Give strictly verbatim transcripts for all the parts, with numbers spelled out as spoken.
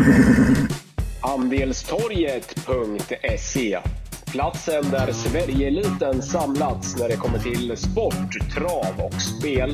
Andelstorget punkt se. Platsen där Sverigeeliten samlats när det kommer till sport, trav och spel.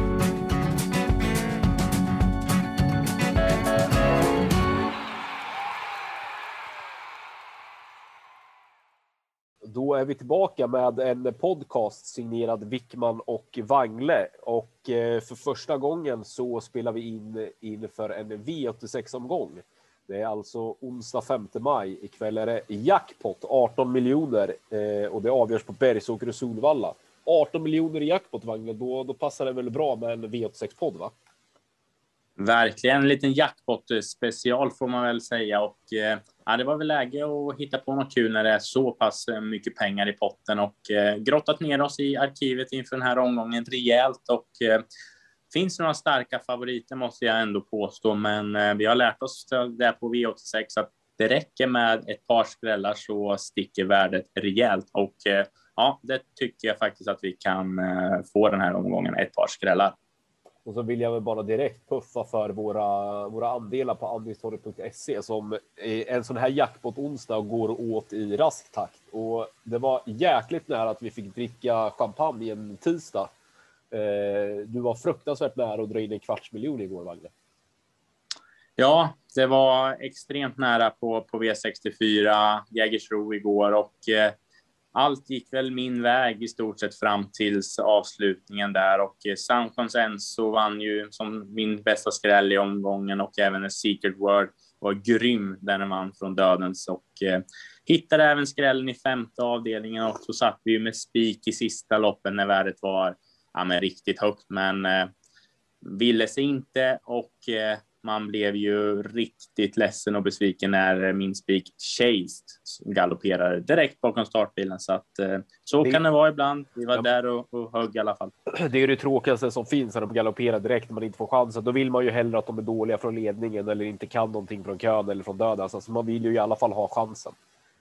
Då är vi tillbaka med en podcast signerad Wickman och Wangle. Och för första gången så spelar vi in inför en V åttiosex-omgång. Det är alltså onsdag femte maj. Ikväll är det jackpot, arton miljoner. Och det avgörs på Bergsåker och Solvalla. arton miljoner i jackpot, Wangle. Då, då passar det väl bra med en V åttiosex-podd, va? Verkligen en liten jackpot-special får man väl säga. Och ja, det var väl läge att hitta på något kul när det är så pass mycket pengar i potten. Och eh, grottat ner oss i arkivet inför den här omgången rejält. Och eh, finns det några starka favoriter måste jag ändå påstå. Men eh, vi har lärt oss det på V åttiosex att det räcker med ett par skrällar så sticker värdet rejält. Och eh, ja, det tycker jag faktiskt att vi kan eh, få den här omgången, ett par skrällar. Och så vill jag väl bara direkt puffa för våra, våra andelar på andelstorget punkt se som en sån här jackpot onsdag går åt i rask takt. Och det var jäkligt nära att vi fick dricka champagne en tisdag. Eh, du var fruktansvärt nära att dra in en kvarts miljon igår, Wangle. Ja, det var extremt nära på, på V sextiofyra, Jägersro igår och eh, allt gick väl min väg i stort sett fram tills avslutningen där. Och eh, San Consenso vann ju som min bästa skräll i omgången och även en Secret Word var grym där den vann från dödens. Och eh, hittade även skrällen i femte avdelningen och så satt vi ju med spik i sista loppen när värdet var ja, men riktigt högt. Men eh, ville sig inte och eh, man blev ju riktigt ledsen och besviken när min spik Chased galopperade direkt bakom startbilen. Så att så det, kan det vara ibland. Vi var ja, där och, och högg i alla fall. Det är det tråkigaste som finns när de galopperar direkt när man inte får chansen. Då vill man ju hellre att de är dåliga från ledningen eller inte kan någonting från kön eller från döden. Alltså man vill ju i alla fall ha chansen.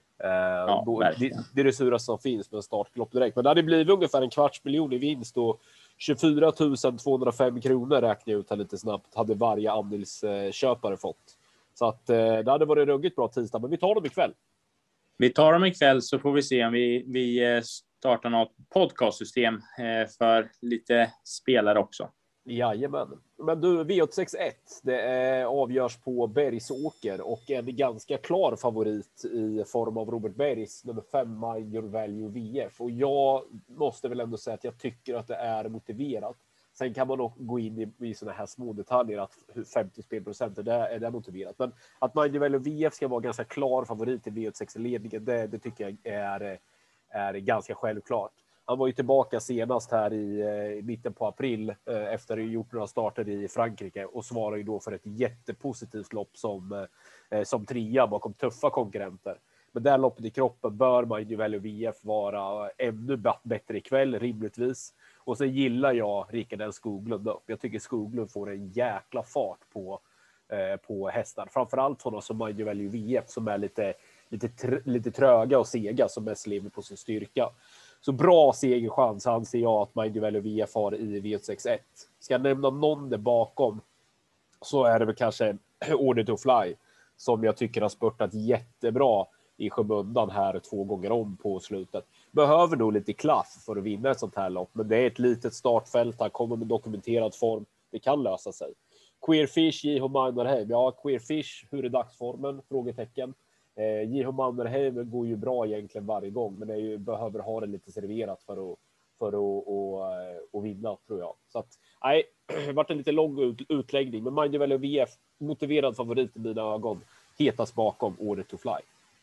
Ja, då, det, det är det suraste som finns med en startglopp direkt. Men det hade blivit ungefär en kvarts miljon i vinst och tjugofyra tusen tvåhundrafem kronor räknar jag ut här lite snabbt hade varje andelsköpare fått. Så att det hade varit ruggigt bra tisdag, men vi tar dem ikväll. Vi tar dem ikväll så får vi se om vi, vi startar något podcastsystem för lite spelare också. Jajamän. Men du, V åttiosex ett, det är, avgörs på Bergsåker och en ganska klar favorit i form av Robert Bergs nummer fem Mind Your Value V F. Och jag måste väl ändå säga att jag tycker att det är motiverat. Sen kan man nog gå in i, i sådana här små detaljer att femtio spelprocent är det, är det motiverat. Men att Mind Your Value V F ska vara ganska klar favorit i V åttiosex-ledningen, det, det tycker jag är, är ganska självklart. Han var ju tillbaka senast här i, i mitten på april eh, efter att ha gjort några starter i Frankrike och svarar ju då för ett jättepositivt lopp som, eh, som trea bakom tuffa konkurrenter. Men det här loppet i kroppen bör man ju välja V F vara ännu bättre ikväll rimligtvis. Och så gillar jag Rickard N. Skoglund upp. Jag tycker Skoglund får en jäkla fart på, eh, på hästar. Framförallt sådana som man ju väljer V F som är lite, lite, tr- lite tröga och sega som mest lever på sin styrka. Så bra segerchans anser jag att Mind Your Value V F har i V åttiosex ett. Ska jag nämna någon där bakom så är det väl kanske Order to Fly som jag tycker har spurtat jättebra i skymundan här två gånger om på slutet. Behöver nog lite klaff för att vinna ett sånt här lopp, men det är ett litet startfält. Han kommer med dokumenterad form. Det kan lösa sig. Queerfish, J H Mannerheim. Ja, Queerfish, hur är dagsformen? Frågetecken. Eh, J H Mannerheim går ju bra egentligen varje gång, men det är ju, behöver ha det lite serverat för att, för att, och, och vinna, tror jag. Så att, nej, det varit en lite lång ut, utläggning, men Mind Your Value V F, motiverad favorit i mina ögon, hetast bakom Order to Fly.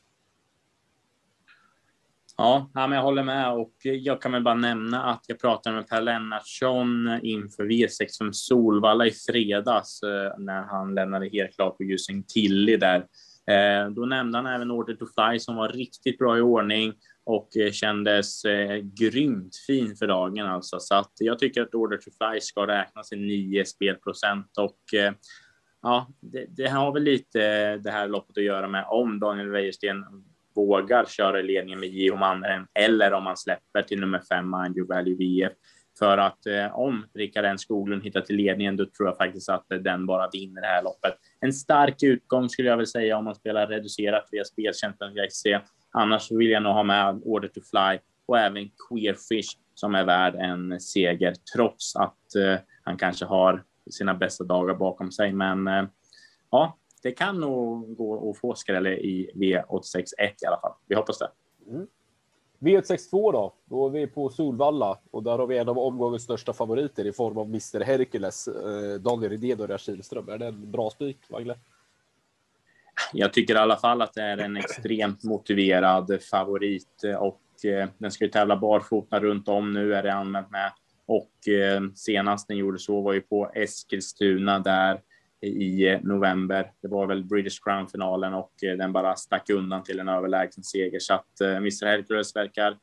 Ja, men jag håller med och jag kan väl bara nämna att jag pratade med Per Lennartsson inför V sex som Solvalla i fredags när han lämnade helt klart på Jusing Tilly där. Då nämnde han även Order to Fly som var riktigt bra i ordning och kändes grymt fin för dagen alltså. Så att jag tycker att Order to Fly ska räknas i nio spelprocent och ja, det, det har väl lite det här loppet att göra med om Daniel Wäjersten vågar köra ledningen med J H Mannerheim eller om man släpper till nummer fem Mind Your Value V F. För att eh, om Rickard N. Skoglund hittar till ledningen, då tror jag faktiskt att den bara vinner det här loppet. en stark utgång skulle jag väl säga om man spelar reducerat via speltjänsten punkt se. Annars vill jag nog ha med Order to Fly och även Queerfish som är värd en seger trots att eh, han kanske har sina bästa dagar bakom sig. Men eh, ja, det kan nog gå att få skrälle i V åttiosex ett i alla fall. Vi hoppas det. Mm. V åttiosex två då, då är vi på Solvalla och där har vi en av omgångens största favoriter i form av mister Hercules, eh, Daniel Redén och Ria Kihlström. Är det en bra spik, Wagle? Jag tycker i alla fall att det är en extremt motiverad favorit och eh, den ska ju tävla barfota runt om nu är det använt med. Och eh, senast den gjorde så var ju på Eskilstuna där i november. Det var väl British Crown-finalen och eh, den bara stack undan till en överlägsen seger. Så att eh, mister Hercules verkar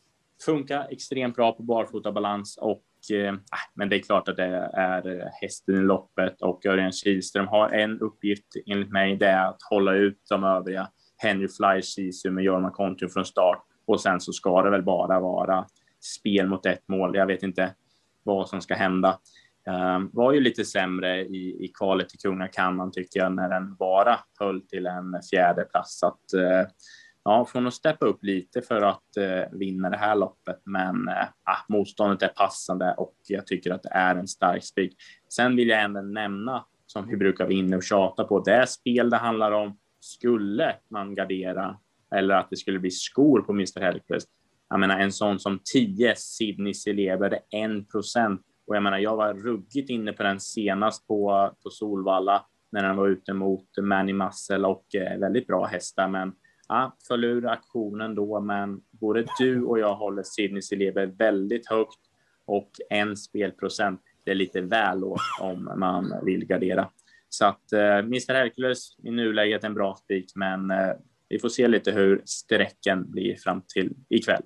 funka extremt bra på barfotabalans och eh, men det är klart att det är hästen i loppet och Örjan Kihlström har en uppgift enligt mig, det är att hålla ut de övriga Henry Fly, Sisu med Jorma Kontio från start och sen så ska det väl bara vara spel mot ett mål. Jag vet inte vad som ska hända. Um, var ju lite sämre i, i kvalet till Kungakannan tycker jag när den bara höll till en fjärde plats. Så att uh, ja, får nog steppa upp lite för att uh, vinna det här loppet. Men uh, motståndet är passande och jag tycker att det är en stark spik. Sen vill jag ändå nämna, som vi brukar vinna och tjata på, det är spel det handlar om. Skulle man gardera eller att det skulle bli skor på mister Hercules. Jag menar en sån som tio Sydney Celeber, det är en procent. Och jag menar, jag var ruggigt inne på den senast på, på Solvalla när den var ute mot Manny Muscle och eh, väldigt bra hästar. Men ja, föll ur aktionen då. Men både du och jag håller Sydney Celeber väldigt högt och en spelprocent. Det är lite väl lågt om man vill gardera. Så att eh, mister Hercules i nuläget en bra spik, men eh, vi får se lite hur sträcken blir fram till ikväll.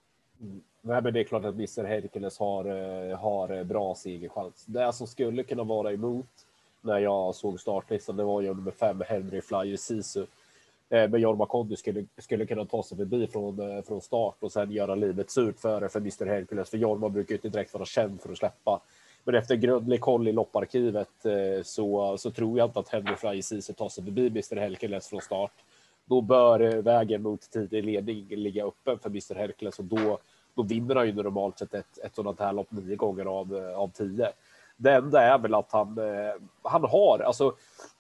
Mm. Nej, men det är klart att mister Hercules har, har bra segerchans. Det som skulle kunna vara emot när jag såg startlistan, det var ju nummer fem Henry Flyer Sisu. Men Jorma Kontio skulle, skulle kunna ta sig förbi från, från start och sen göra livet surt för, för mister Hercules. För Jorma brukar inte direkt vara känd för att släppa. Men efter grundlig koll i lopparkivet så, så tror jag inte att Henry Flyer Sisu tar sig förbi mister Hercules från start. Då bör vägen mot tidig ledning ligga öppen för mister Hercules och då Då vinner han ju normalt sett ett, ett sådant här lopp nio gånger av, av tio. Det enda är väl att han, han har, alltså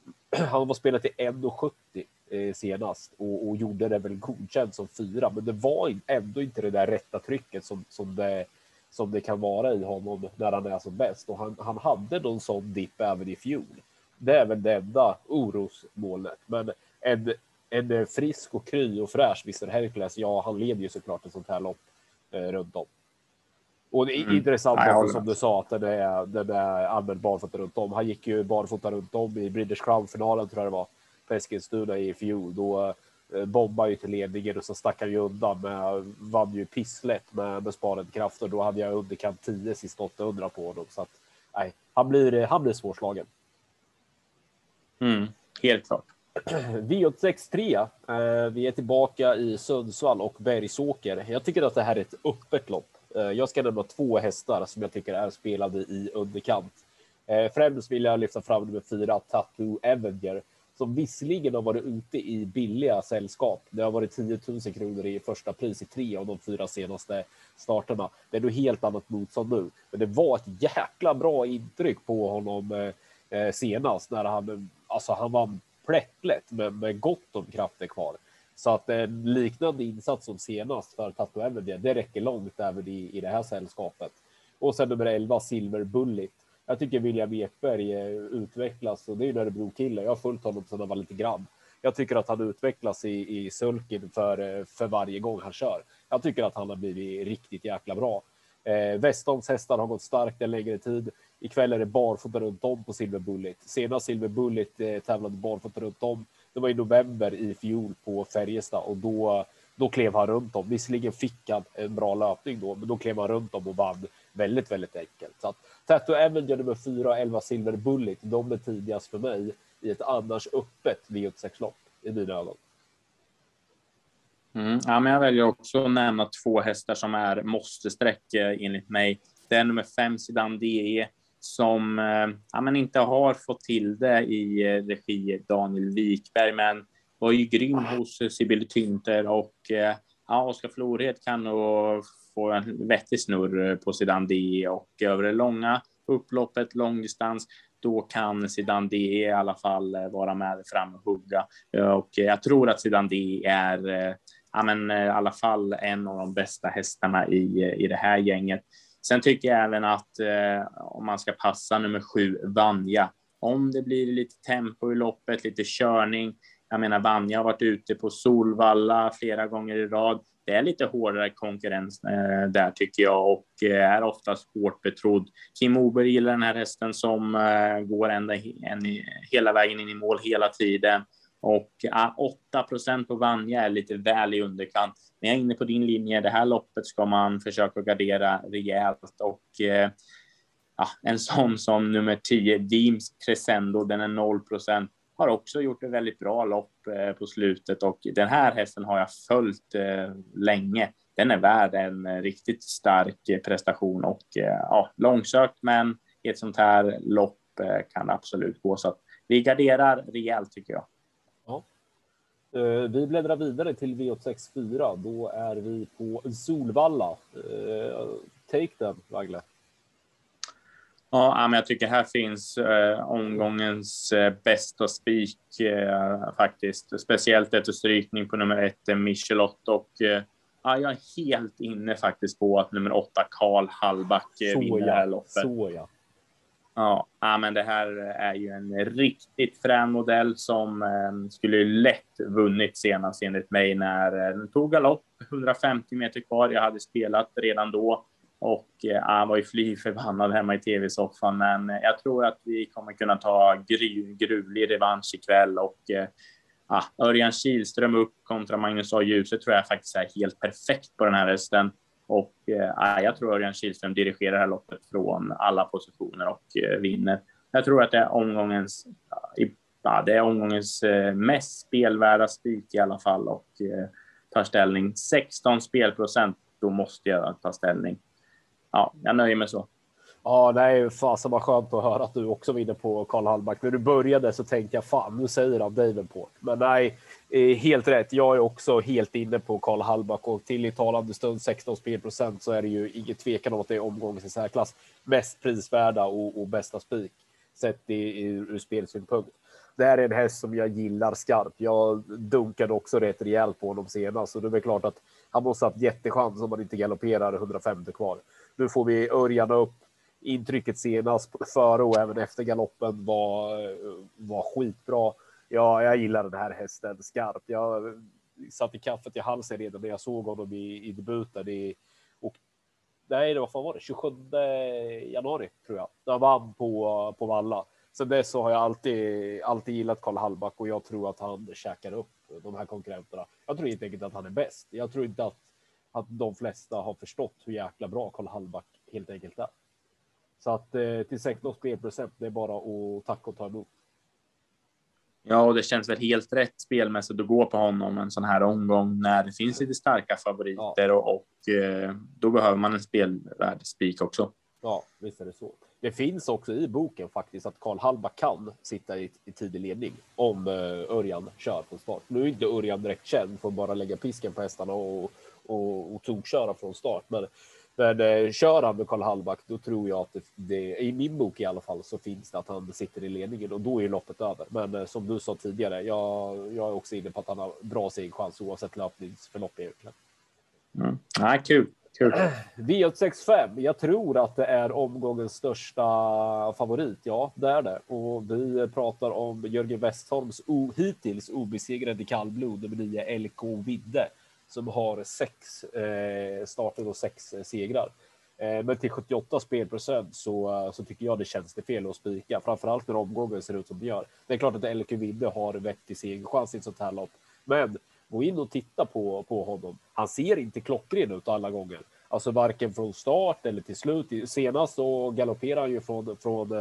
han var spelat i en sjuttio senast och, och gjorde det väl godkänt som fyra. Men det var ändå inte det där rätta trycket som, som, det, som det kan vara i honom när han är som bäst. Och han, han hade någon sån dipp även i fjol. Det är väl det enda orosmålet. Men en, en frisk och kry och fräsch mister Hercules, ja han leder ju såklart ett sånt här lopp runt om. Och det är mm. intressant också, som du sa att den är, den är allmänt barfota runt om. Han gick ju barfota runt om i British Crown-finalen tror jag det var på Eskilstuna i fjol. Då eh, bombade ju till ledningen och så stack han ju undan med, vann ju pisslätt med, med sparade krafter. Då hade jag underkant tio sist åttahundra på honom. Så att nej, han blir, han blir svårslagen. Mm, helt klart. V åttiosex tre. Eh, vi är tillbaka i Sundsvall och Bergsåker. Jag tycker att det här är ett öppet lopp. Eh, jag ska nämna två hästar som jag tycker är spelade i underkant. Eh, främst vill jag lyfta fram nummer fyra, Tattoo Avenger, som visserligen har varit ute i billiga sällskap. Det har varit tio tusen kronor i första pris i tre av de fyra senaste starterna. Det är nog helt annat motstånd nu. Men det var ett jäkla bra intryck på honom eh, senast när han, alltså han var plättlätt med, med gott om krafter kvar. Så att en liknande insats som senast för Tattoo Avenger, det räcker långt även i, i det här sällskapet. Och sen nummer elva, Silver Bullet. Jag tycker William Ekberg utvecklas, och det är ju Örebro-kille. Jag har följt honom sedan han var lite grann. Jag tycker att han utvecklas i, i sulken för, för varje gång han kör. Jag tycker att han har blivit riktigt jäkla bra. Eh, Westons hästar har gått starkt en längre tid. Ikväll är det barfota runt om på Silver Bullet. Senast Silver Bullet eh, tävlade barfota runt om. Det var i november i fjol på Färjestad och då, då klev han runt om. Visserligen fick han en bra löpning då, men då klev han runt om och vann väldigt, väldigt enkelt. Så att Tattoo Avenger nummer fyra, elva Silver Bullet, de är tidigast för mig i ett annars öppet V åttiosex-lopp i mina ögon. Mm, ja, men jag väljer också att nämna två hästar som är måste-sträck enligt mig. Det är nummer fem, Sedan D E. som eh, ja, men inte har fått till det i eh, regi Daniel Wikberg, men var ju grym hos Sibylle Tynter och eh, ja, Oskar Florhed kan nog få en vettig snurr på Zidane D och över det långa upploppet, långdistans, då kan Zidane D i alla fall vara med fram och hugga. Och jag tror att Zidane D är ja, men, i alla fall en av de bästa hästarna i, i det här gänget. Sen tycker jag även att eh, om man ska passa nummer sju, Vanja, om det blir lite tempo i loppet, lite körning. Jag menar, Vanja har varit ute på Solvalla flera gånger i rad. Det är lite hårdare konkurrens eh, där tycker jag och eh, är oftast hårt betrodd. Kim Oberg gillar den här hästen som eh, går ända en, hela vägen in i mål hela tiden. Och ja, åtta procent på Vanja är lite väl i underkant. Men jag är inne på din linje. Det här loppet ska man försöka gardera rejält. Och eh, ja, en sån som nummer tio, Deems Crescendo, den är noll procent. Har också gjort ett väldigt bra lopp eh, på slutet. Och den här hästen har jag följt eh, länge. Den är värd en eh, riktigt stark eh, prestation. Och eh, ja, långsökt, men i ett sånt här lopp eh, kan det absolut gå. Så att vi garderar rejält tycker jag. Ja. Uh, vi bläddrar vidare till V åttahundrasextiofyra. Då är vi på Solvalla. Uh, take them, Wagle. Ja, men jag tycker här finns uh, omgångens uh, bästa spik uh, faktiskt. Speciellt efter strykning på nummer ett, Michelot. Och uh, ja, jag är helt inne faktiskt på att nummer åtta, Karl Hallback, uh, vinner det här loppet. Så ja. Ja, ja, men det här är ju en riktigt frän modell som eh, skulle lätt vunnit senast enligt mig när eh, den tog galopp hundrafemtio meter kvar. Jag hade spelat redan då och eh, jag var ju fly förbannad hemma i tv-soffan, men eh, jag tror att vi kommer kunna ta gru, gruvlig revansch ikväll och eh, ja, Örjan Kihlström upp kontra Magnus A. Djuse tror jag faktiskt är helt perfekt på den här hästen. Och eh, jag tror att Örjan Kihlström dirigerar det här loppet från alla positioner och eh, vinner. Jag tror att det är omgångens, ja, det är omgångens eh, mest spelvärda spik i alla fall och eh, tar ställning. sexton spelprocent, då måste jag ta ställning. Ja, jag nöjer mig så. Ja, det är ju fasen vad skönt att höra att du också vinner på Karl Hallback. När du började så tänkte jag, fan, nu säger han Davenport. Men nej, helt rätt. Jag är också helt inne på Karl Hallback och till i talande stund sexton spelprocent så är det ju ingen tvekan om att det är omgångens i särklass mest prisvärda och, och bästa spik sett i, i, ur spelsynpunkt. Det här är en häst som jag gillar skarpt. Jag dunkade också rätt rejält på honom senast. Så det är väl klart att han måste ha haft jättechans om man inte galopperar hundrafemtio kvar. Nu får vi Örjan upp. Intrycket senast före och även efter galoppen var, var skitbra. Ja, jag gillar den här hästen skarpt. Jag satt i kaffet i halsen redan när jag såg honom i, i debuten. I, och, nej, det var, fan var det? tjugosjunde januari tror jag. När han vann på, på Valla. Sen dess så har jag alltid, alltid gillat Karl Hallback och jag tror att han käkar upp de här konkurrenterna. Jag tror inte enkelt att han är bäst. Jag tror inte att, att de flesta har förstått hur jäkla bra Karl Hallback helt enkelt är. Så att eh, till sexton spelprocent, det är bara att tacka och ta emot. Ja, och det känns väl helt rätt spelmässigt att gå på honom en sån här omgång när det finns lite starka favoriter ja. och, och eh, då behöver man en spelvärd spik också. Ja, visst är det så. Det finns också i boken faktiskt att Karl Hallback kan sitta i, i tidig ledning om eh, Örjan kör från start. Nu är inte Örjan direkt känd för att bara lägga pisken på hästarna och, och, och tokköra från start, men Men eh, kör han med Karl Hallback, då tror jag att det, det, i min bok i alla fall så finns det att han sitter i ledningen och då är loppet över. Men eh, som du sa tidigare, jag, jag är också inne på att han har bra segerchans oavsett löpningsförlopp egentligen. Mm. Ja, kul. kul. V åttahundrasextiofem, jag tror att det är omgångens största favorit. Ja, det är det. Och vi pratar om Jörgen Westholms o, hittills obesegrade kallblod, nummer nio L K Vidde, som har sex eh, starter och sex eh, segrar. Eh, men till sjuttioåtta spelprocent så, så tycker jag det känns det fel att spika. Framförallt när omgången ser ut som det gör. Det är klart att L K Vidde har vettig segerchans i ett sånt här lopp. Men gå in och titta på, på honom. Han ser inte klockren ut alla gånger. Alltså varken från start eller till slut. Senast så galopperar han ju från, från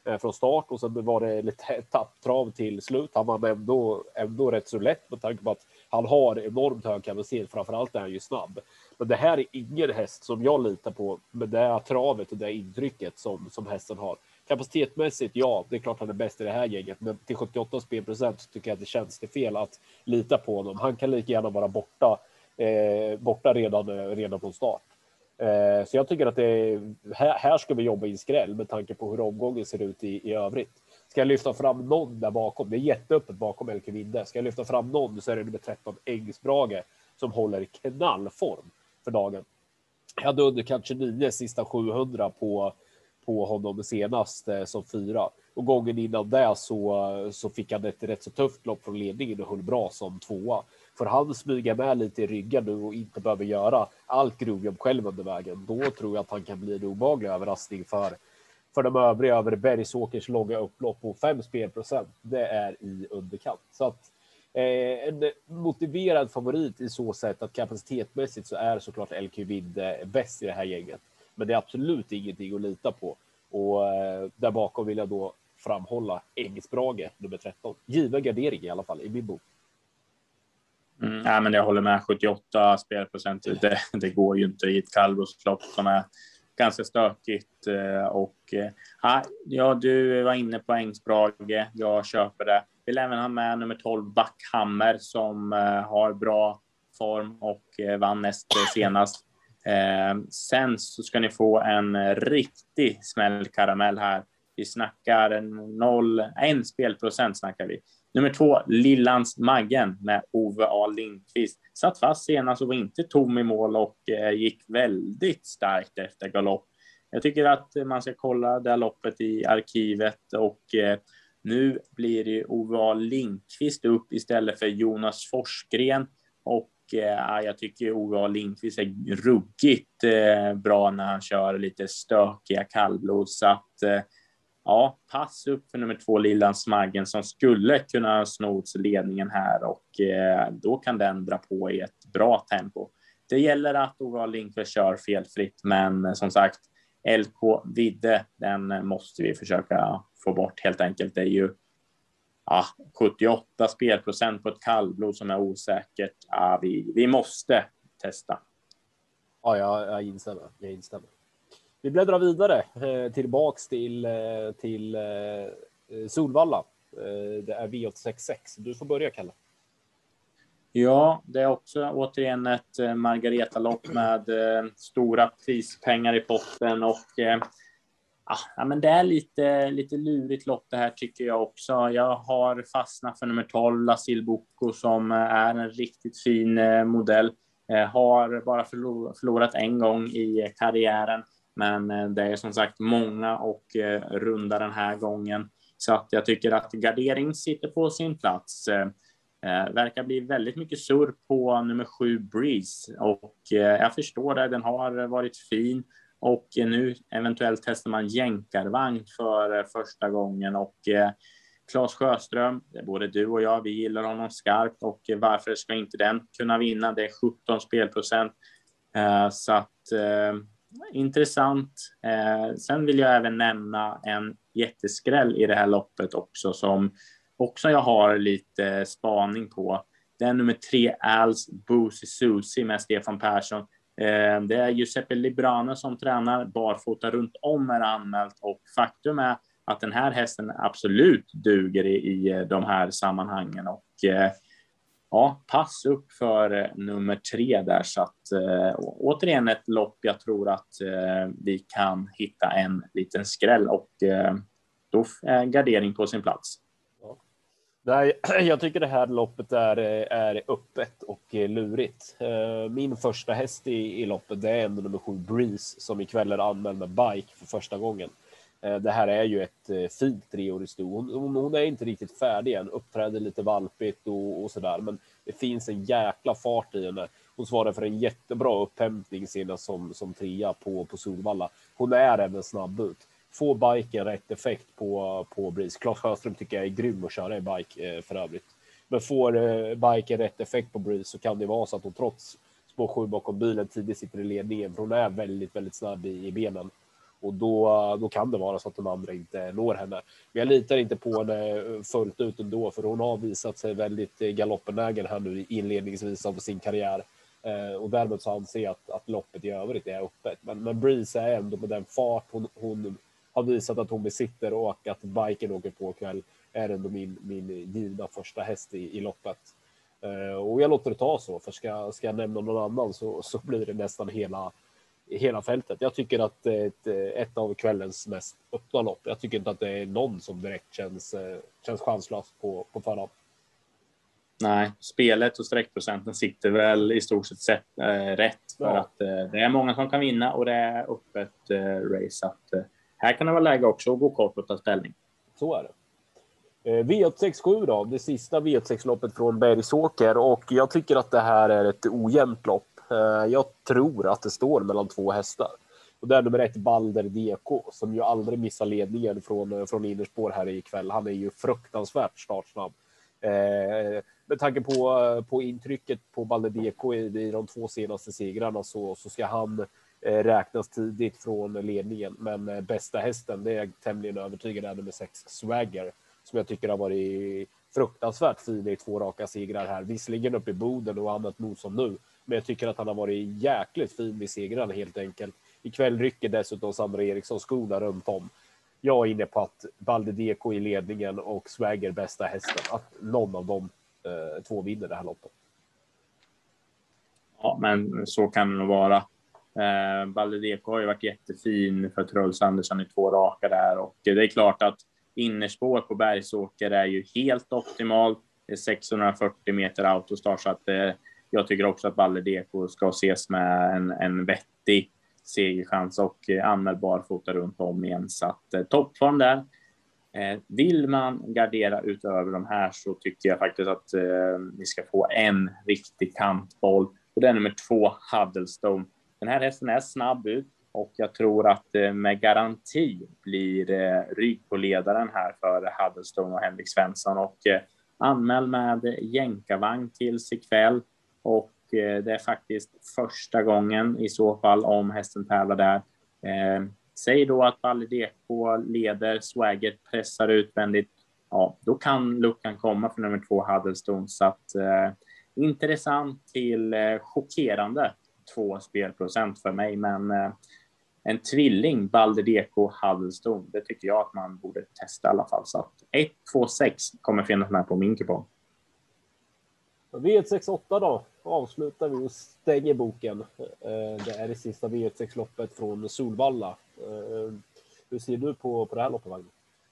eh, från start och sen var det lite tapptrav till slut. Han var ändå, ändå rätt så lätt med tanke på att han har enormt hög kapacitet, framförallt är han ju snabb. Men det här är ingen häst som jag litar på med det här travet och det intrycket som, som hästen har. Kapacitetmässigt, ja, det är klart han är bäst i det här gänget, men till sjuttioåtta spelprocent tycker jag att det känns det fel att lita på honom. Han kan lika gärna vara borta, eh, borta redan, redan från start. Eh, så jag tycker att det är, här, här ska vi jobba i en skräll med tanke på hur omgången ser ut i, i övrigt. Ska jag lyfta fram någon där bakom? Det är jätteöppet bakom L Q Vinde. Ska jag lyfta fram någon så är det nummer tretton Ängsbrage som håller knallform för dagen. Jag hade underkant tjugonio sista sjuhundra på, på honom senast eh, som fyra. Och gången innan det så, så fick han ett rätt så tufft lopp från ledningen och höll bra som tvåa. För han smyga med lite i ryggen nu och inte behöver göra allt grovjobb själv under vägen. Då tror jag att han kan bli en obehaglig överraskning för, för de övriga över Bergsåkers långa upplopp på fem spelprocent. Det är i underkant. Så att eh, en motiverad favorit i så sätt att kapacitetmässigt så är såklart L Q Vinde bäst i det här gänget. Men det är absolut ingenting att lita på. Och eh, där bakom vill jag då framhålla Ängsbrage nummer tretton. Given gardering i alla fall i min bok. Mm, nej, men jag håller med. sjuttioåtta spelprocent, det, det går ju inte i ett kallblodslopp som är ganska stökigt. Och ja, du var inne på Ängsbrage. Jag köper det. Vill även ha med nummer tolv Backhammer som har bra form och vann näst senast. Sen så ska ni få en riktig smällkaramell här. Vi snackar noll, en spelprocent snackar vi. Nummer två, Lillans Maggen med Ove A. Lindqvist. Satt fast senast och var inte tom i mål och eh, gick väldigt starkt efter galopp. Jag tycker att man ska kolla det här loppet i arkivet och eh, nu blir det Ove A. Lindqvist upp istället för Jonas Forsgren. Och eh, jag tycker Ove A. Lindqvist är ruggigt eh, bra när han kör lite stökiga kallblod. Så att eh, ja, pass upp för nummer två Lillans Maggen som skulle kunna sno ledningen här och eh, då kan den dra på i ett bra tempo. Det gäller att Ove A. Lindqvist kör felfritt, men eh, som sagt L K Vidde, den måste vi försöka få bort helt enkelt. Det är ju ja, sjuttioåtta spelprocent på ett kallblod som är osäkert. Ja, vi, vi måste testa. Ja, jag, jag instämmer. Jag instämmer. Vi bläddrar vidare eh, tillbaks till, eh, till eh, Solvalla. Eh, det är V åttiosex sex. Du får börja, Kalle. Ja, det är också återigen ett eh, Margareta-lopp med eh, stora prispengar i potten och eh, ja, men det är lite, lite lurigt lopp det här tycker jag också. Jag har fastnat för nummer tolv, Lasil Bocco, som är en riktigt fin eh, modell. Eh, har bara förlor- förlorat en gång i karriären. Men det är som sagt många och eh, runda den här gången. Så att jag tycker att gardering sitter på sin plats. Eh, verkar bli väldigt mycket surr på nummer sju Breeze. Och eh, jag förstår det, den har varit fin. Och eh, nu eventuellt testar man jänkarvagn för eh, första gången. Och eh, Claes Sjöström, både du och jag, vi gillar honom skarpt. Och eh, varför ska inte den kunna vinna? Det är sjutton spelprocent. Eh, så att... Eh, intressant. Eh, sen vill jag även nämna en jätteskräll i det här loppet också som också jag har lite spaning på. Det är nummer tre Als Boozy Susie med Stefan Persson. Eh, det är Giuseppe Librano som tränar. Barfota runt om är anmält och faktum är att den här hästen absolut duger i, i de här sammanhangen och eh, ja, pass upp för nummer tre där så att äh, återigen ett lopp jag tror att äh, vi kan hitta en liten skräll och äh, då är gardering på sin plats. Ja. Nej, jag tycker det här loppet är, är öppet och lurigt. Min första häst i, i loppet det är ändå nummer sju Breeze som ikväll är anmäld med bike för första gången. Det här är ju ett fint treårigt sto. Hon, hon är inte riktigt färdig än. Uppträder lite valpigt och, och sådär. Men det finns en jäkla fart i henne. Hon svarar för en jättebra upphämtning senast som, som trea på, på Solvalla. Hon är även snabb ut. Får biken rätt effekt på, på Breeze. Claes Sjöström tycker jag är grym att köra i bike eh, för övrigt. Men får eh, biken rätt effekt på Breeze så kan det vara så att hon trots spår sju bakom bilen tidigt sitter i ledningen. För hon är väldigt, väldigt snabb i, i benen. Och då, då kan det vara så att de andra inte når henne. Men jag litar inte på henne fullt ut ändå, för hon har visat sig väldigt galoppbenägen här nu inledningsvis av sin karriär. Eh, och därmed så anser jag att, att loppet i övrigt är öppet. Men, men Breeze är ändå med den fart hon, hon har visat att hon besitter och att biken åker på kväll är ändå min, min givna första häst i, i loppet. Eh, och jag låter det ta så, för ska, ska jag nämna någon annan så, så blir det nästan hela hela fältet. Jag tycker att det är ett, ett av kvällens mest öppna lopp. Jag tycker inte att det är någon som direkt känns, känns chanslös på, på förhand. Nej, spelet och sträckprocenten sitter väl i stort sett, sett äh, rätt. För Ja. att äh, det är många som kan vinna och det är öppet äh, race. Att, äh, här kan det vara läge också att gå kort och ta ställning. Så är det. V åttahundrasextiosju då, det sista V åttahundrasex-loppet från Bergsåker, och jag tycker att det här är ett ojämnt lopp. Jag tror att det står mellan två hästar. Och det är nummer ett Balder D K, som ju aldrig missar ledningen från, från innerspår här ikväll. Han är ju fruktansvärt startsnabb. Eh, med tanke på, på intrycket på Balder D K i, i de två senaste segrarna så, så ska han eh, räknas tidigt från ledningen. Men eh, bästa hästen, det är jag tämligen övertygad, är nummer sex Swagger, som jag tycker har varit fruktansvärt fin i två raka segrar här. Visserligen uppe i Boden och annat motstånd nu, men jag tycker att han har varit jäkligt fin vid segrarna helt enkelt. Ikväll rycker dessutom Sandra Eriksson skorna runt om. Jag är inne på att Balder D K i ledningen och Swagger bästa hästen. Att någon av dem eh, två vinner det här loppet. Ja, men så kan det nog vara. Eh, Balder D K har ju varit jättefin för Truls Andersson i två raka där. Och det är klart att innerspår på Bergsåker är ju helt optimalt. Det är sexhundrafyrtio meter autostart, så att eh, jag tycker också att Balder D K ska ses med en, en vettig segerchans och eh, anmälbar fota runt om igen. Så att eh, toppform där. Eh, vill man gardera utöver de här så tycker jag faktiskt att eh, vi ska få en riktig kantboll. Och det är nummer två, Huddlestone. Den här hästen är snabb ut och jag tror att eh, med garanti blir eh, rygg på ledaren här för Huddlestone och Henrik Svensson. Och eh, anmäl med jänkarvagn tills ikväll. Och eh, det är faktiskt första gången i så fall om hästen tävlar där. Eh, säg då att Balder D K leder, Swagger pressar utvändigt. Ja, då kan luckan komma för nummer två Huddlestone. Så att eh, intressant till eh, chockerande två spelprocent för mig. Men eh, en tvilling Balder D K Huddlestone, det tycker jag att man borde testa i alla fall. Så att ett två sex kommer finnas med på min kupong. V åttahundrasextioåtta då avslutar vi och stänger boken. Det är det sista V åttahundrasex-loppet från Solvalla. Hur ser du på, på det här loppet, Wagner?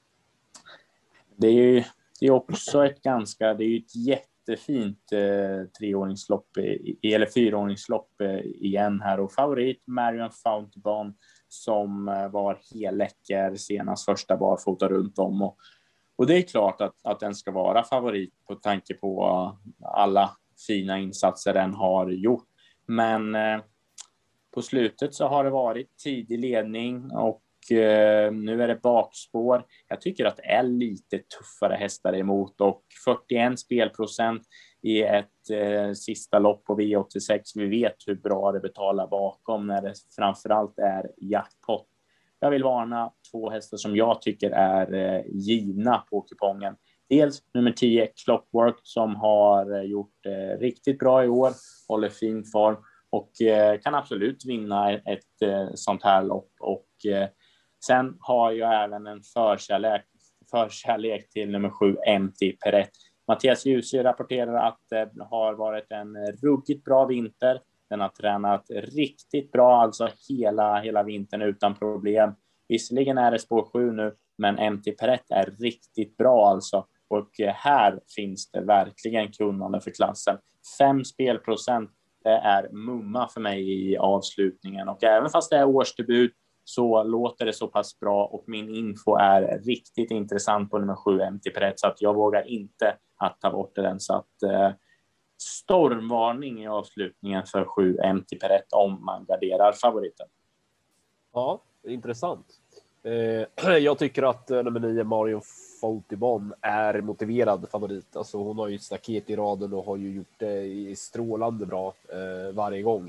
Det är ju det är också ett ganska, det är ju ett jättefint eh, treåringslopp i, eller fyraåringslopp eh, igen här, och favorit Marion Fountainbon som eh, var helläcker senast första barfota runt om, och, och det är klart att, att den ska vara favorit på tanke på alla fina insatser den har gjort, men eh, på slutet så har det varit tidig ledning och Uh, nu är det bakspår. Jag tycker att det är lite tuffare hästar emot, och fyrtioen spelprocent i ett uh, sista lopp på V åttiosex. Vi vet hur bra det betalar bakom när det framförallt är jackpot. Jag vill varna två hästar som jag tycker är uh, givna på kupongen. Dels nummer tio Clockwork som har uh, gjort uh, riktigt bra i år, håller fin form och uh, kan absolut vinna ett, ett uh, sånt här lopp. Och uh, sen har jag även en förkärlek, förkärlek till nummer sju, M T Perret. Mattias Jussi rapporterar att det har varit en ruggigt bra vinter. Den har tränat riktigt bra, alltså hela, hela vintern utan problem. Visserligen är det spår sju nu, men M T Perret är riktigt bra alltså. Och här finns det verkligen kunnande för klassen. Fem spelprocent, det är mumma för mig i avslutningen. Och även fast det är årsdebut så låter det så pass bra, och min info är riktigt intressant på nummer sju M T Perret, så att jag vågar inte att ta bort den. Så att eh, stormvarning i avslutningen för sju M T Perret om man garderar favoriten. Ja, intressant. Eh, jag tycker att eh, nummer nio Marion Fountainbon är motiverad favorit. Alltså hon har ju staket i raden och har ju gjort det i strålande bra eh, varje gång.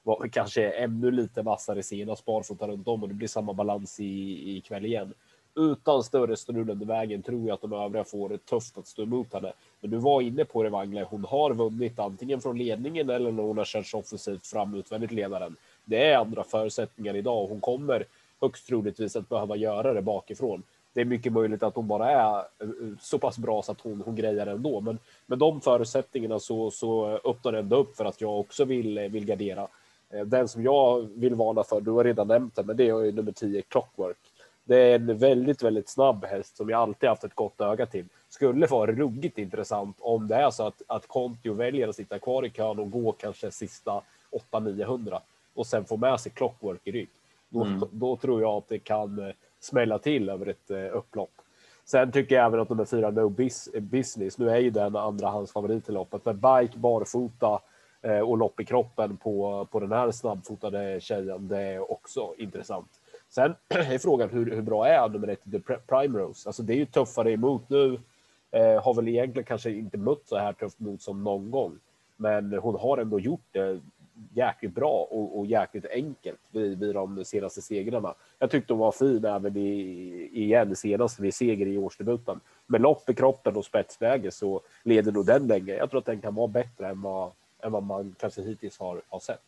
var kanske ännu lite vassare senast, barfota runt om, och det blir samma balans i, i kväll igen. Utan större strul under vägen tror jag att de övriga får det tufft att stå emot henne. Men du var inne på det, Wangle. Hon har vunnit antingen från ledningen eller när hon har kört offensivt fram utvändigt ledaren. Det är andra förutsättningar idag och hon kommer högst troligtvis att behöva göra det bakifrån. Det är mycket möjligt att hon bara är så pass bra så att hon, hon grejer det ändå. Men med de förutsättningarna så, så öppnar det ändå upp för att jag också vill, vill gardera. Den som jag vill varna för, du har redan nämnt det, men det är ju nummer tio, Clockwork. Det är en väldigt, väldigt snabb häst som jag alltid haft ett gott öga till. Skulle vara ruggigt intressant om det är så att, att Kontio väljer att sitta kvar i kön och gå kanske sista åtta niohundra och sen få med sig Clockwork i rygg. Då, mm. då tror jag att det kan smälla till över ett uh, upplopp. Sen tycker jag även att nummer fyra, No Business, nu är ju den andra hans favorit i loppet, med bike, barfota uh, och lopp i kroppen på, på den här snabbfotade tjejen, det är också intressant. Sen är frågan hur, hur bra är nummer ett, The Primrose? Alltså det är ju tuffare emot nu. Eh, har väl egentligen kanske inte mött så här tufft mot som någon gång. Men hon har ändå gjort det jäkligt bra och, och jäkligt enkelt vid, vid de senaste segrarna. Jag tyckte hon var fin även i, igen senast vid seger i årsdebuten. Med lopp i kroppen och spetsläge så leder nog den länge. Jag tror att den kan vara bättre än vad, än vad man kanske hittills har, har sett.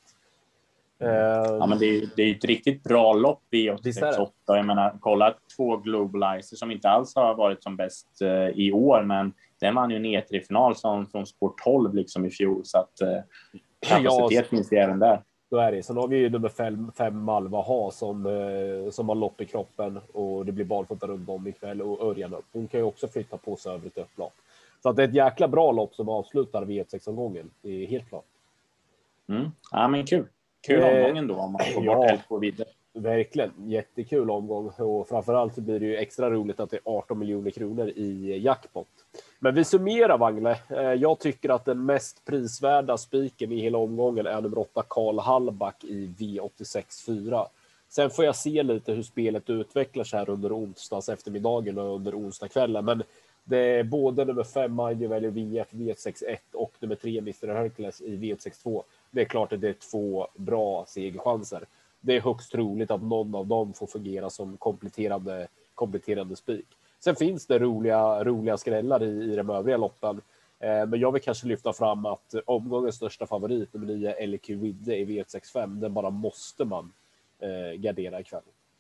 Ja, men det är, det är ett riktigt bra lopp i åttiosex-åtta. Jag menar, kolla två Globalizer som inte alls har varit som bäst eh, i år, men den vann ju en E tre-final som från sport tolv liksom i fjol, så att eh, kapacitet finns det även där. Så är det. Sen har vi ju nummer fem, fem Malva Ha som, eh, som har lopp i kroppen och det blir barfota runt om ikväll och Örjan upp. Hon kan ju också flytta på sig över ett upplopp. Så att det är ett jäkla bra lopp som avslutar V sex-omgången. Det är helt klart. Mm. Ja, men kul. Kul omgång ändå om man får ja, bort L K vidare. Verkligen, jättekul omgång och framförallt så blir det ju extra roligt att det är arton miljoner kronor i jackpot. Men vi summerar, Wangle. Jag tycker att den mest prisvärda spiken i hela omgången är nummer åtta, Karl Hallback i V åttiosex fyra. Sen får jag se lite hur spelet utvecklar sig här under onsdags eftermiddagen och under onsdagskvällen. Men det är både nummer fem, Mighty Value V F, V sextioett och nummer tre, mister Hercules i V sextiotvå. Det är klart att det är två bra segerchanser. Det är högst troligt att någon av dem får fungera som kompletterande, kompletterande spik. Sen finns det roliga, roliga skrällar i, i de övriga loppen. Eh, men jag vill kanske lyfta fram att omgångens största favorit, nummer nio, L Q Widde i V sextiofem, den bara måste man eh, gardera ikväll.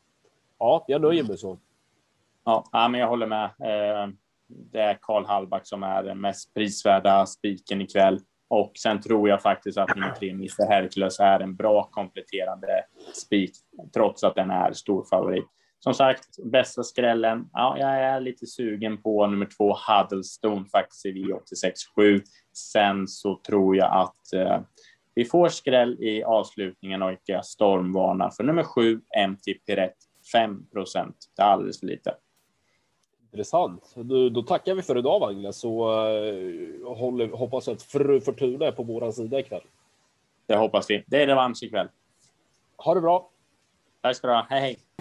Ja, jag nöjer mig så. Ja, men jag håller med. Eh, det är Karl Hallback som är den mest prisvärda spiken ikväll. Och sen tror jag faktiskt att nummer tre, mister Hercules, är en bra kompletterande spik, trots att den är stor favorit. Som sagt, bästa skrällen. Ja, jag är lite sugen på nummer två, Huddlestone, faktiskt i V åttiosex sju. Sen så tror jag att eh, vi får skräll i avslutningen och jag stormvarnar för nummer sju, M T Pirette, fem procent. Det är alldeles för lite. Intressant. Då, då tackar vi för idag, Wangle, så uh, håller, hoppas att Fru Fortuna är på vår sida ikväll. Det hoppas vi. Det är revansch ikväll. Ha det bra. Tack ska du ha. Hej hej.